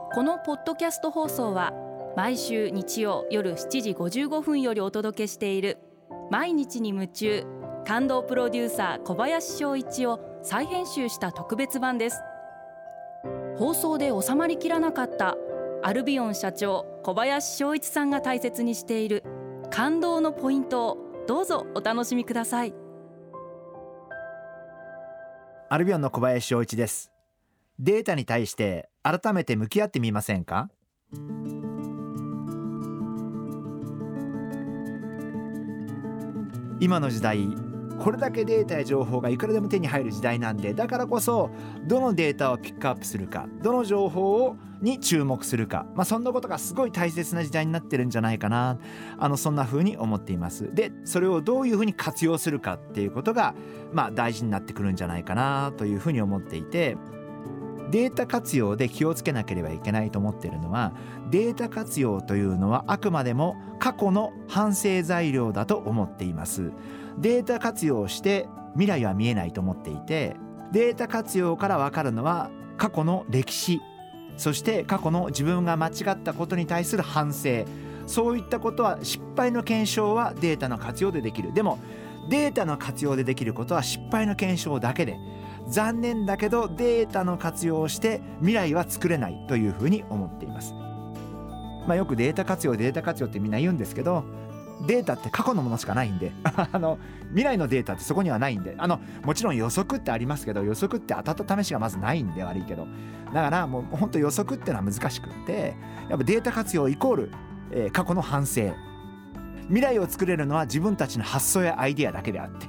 このポッドキャスト放送は毎週日曜夜7時55分よりお届けしている毎日に夢中感動プロデューサー小林翔一を再編集した特別版です。放送で収まりきらなかったアルビオン社長小林翔一さんが大切にしている感動のポイントをどうぞお楽しみください。 アルビオンの小林翔一です。データに対して改めて向き合ってみませんか？今の時代、これだけデータや情報がいくらでも手に入る時代なんで、だからこそどのデータをピックアップするか、どの情報に注目するか、そんなことがすごい大切な時代になってるんじゃないかな、そんな風に思っています。で、それをどういう風に活用するかっていうことが、大事になってくるんじゃないかなという風に思っていて、データ活用で気をつけなければいけないと思っているのは、データ活用というのはあくまでも過去の反省材料だと思っています。データ活用して未来は見えないと思っていて、データ活用から分かるのは過去の歴史、そして過去の自分が間違ったことに対する反省、そういったことは、失敗の検証はデータの活用でできる。でもデータの活用でできることは失敗の検証だけで、残念だけどデータの活用をして未来は作れないというふうに思っています。よくデータ活用ってみんな言うんですけど、データって過去のものしかないんで未来のデータってそこにはないんで、もちろん予測ってありますけど、予測って当たった試しがまずないんで悪いけど、だからもう本当予測ってのは難しくって、やっぱデータ活用イコール、過去の反省、未来を作れるのは自分たちの発想やアイデアだけであって、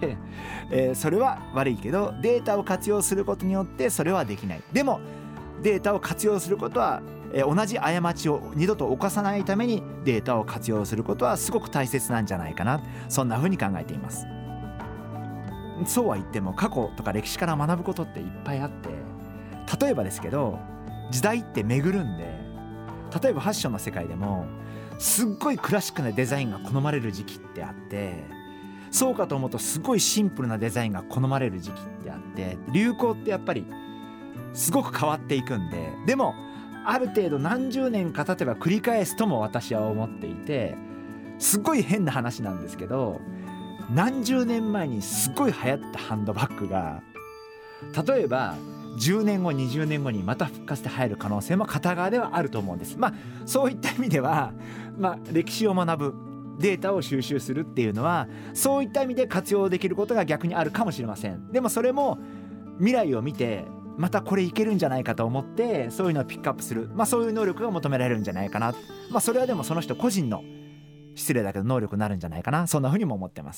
それは悪いけど、データを活用することによってそれはできない。でもデータを活用することは、同じ過ちを二度と犯さないためにデータを活用することはすごく大切なんじゃないかな、そんな風に考えています。そうは言っても過去とか歴史から学ぶことっていっぱいあって、例えばですけど、時代って巡るんで、例えばファッションの世界でもすっごいクラシックなデザインが好まれる時期ってあって、そうかと思うとすごいシンプルなデザインが好まれる時期ってあって、流行ってやっぱりすごく変わっていくんで、でもある程度何十年か経てば繰り返すとも私は思っていて、すごい変な話なんですけど、何十年前にすごい流行ったハンドバッグが、例えば10年後20年後にまた復活して流行る可能性も片側ではあると思うんです。そういった意味では、歴史を学ぶ、データを収集するっていうのは、そういった意味で活用できることが逆にあるかもしれません。でもそれも未来を見て、またこれいけるんじゃないかと思って、そういうのをピックアップする、そういう能力が求められるんじゃないかな。それはでもその人個人の、失礼だけど能力になるんじゃないかな、そんなふうにも思ってます。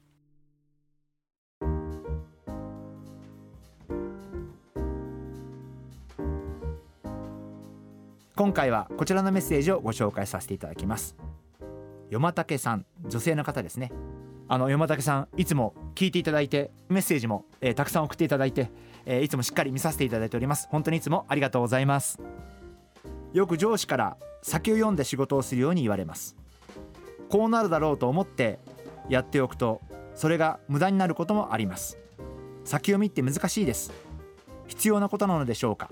今回はこちらのメッセージをご紹介させていただきます。よまたけさん、女性の方ですね。よまたけさん、いつも聞いていただいて、メッセージも、たくさん送っていただいて、いつもしっかり見させていただいております。本当にいつもありがとうございます。よく上司から先を読んで仕事をするように言われます。こうなるだろうと思ってやっておくと、それが無駄になることもあります。先読みって難しいです。必要なことなのでしょうか？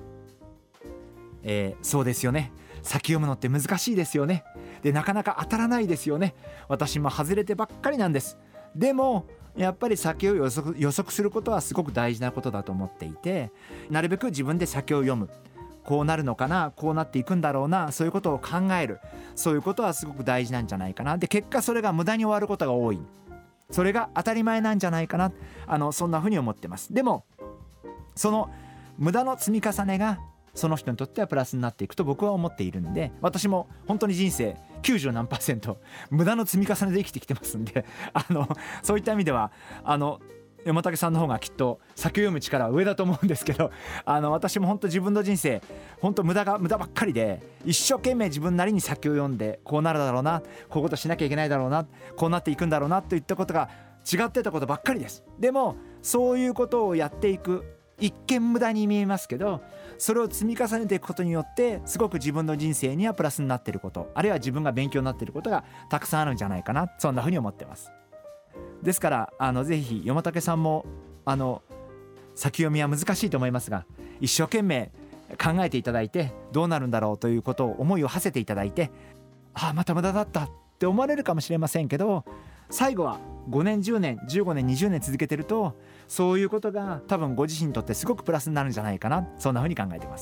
そうですよね。先読むのって難しいですよね。で、なかなか当たらないですよね。私も外れてばっかりなんです。でもやっぱり先を予測することはすごく大事なことだと思っていて、なるべく自分で先を読む、こうなるのかな、こうなっていくんだろうな、そういうことを考える、そういうことはすごく大事なんじゃないかな。で、結果それが無駄に終わることが多い、それが当たり前なんじゃないかな、そんなふうに思ってます。でもその無駄の積み重ねがその人にとってはプラスになっていくと僕は思っているんで、私も本当に人生90何%無駄の積み重ねで生きてきてますんで、そういった意味では山竹さんの方がきっと先を読む力は上だと思うんですけど、私も本当自分の人生本当無駄ばっかりで、一生懸命自分なりに先を読んで、こうなるだろうな、こういうことしなきゃいけないだろうな、こうなっていくんだろうなといったことが違ってたことばっかりです。でもそういうことをやっていく、一見無駄に見えますけど、それを積み重ねていくことによってすごく自分の人生にはプラスになっていること、あるいは自分が勉強になっていることがたくさんあるんじゃないかな、そんなふうに思ってます。ですからぜひ山竹さんも先読みは難しいと思いますが、一生懸命考えていただいて、どうなるんだろうということを思いを馳せていただいて、また無駄だったって思われるかもしれませんけど、最後は5年10年15年20年続けてると、そういうことが多分ご自身にとってすごくプラスになるんじゃないかな、そんな風に考えています。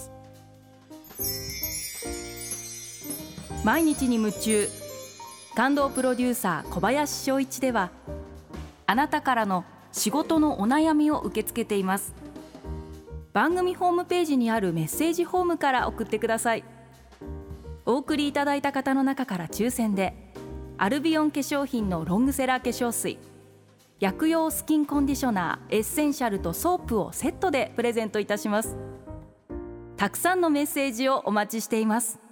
毎日に夢中、感動プロデューサー小林翔一では、あなたからの仕事のお悩みを受け付けています。番組ホームページにあるメッセージフォームから送ってください。お送りいただいた方の中から抽選で、アルビオン化粧品のロングセラー化粧水、薬用スキンコンディショナーエッセンシャルとソープをセットでプレゼントいたします。たくさんのメッセージをお待ちしています。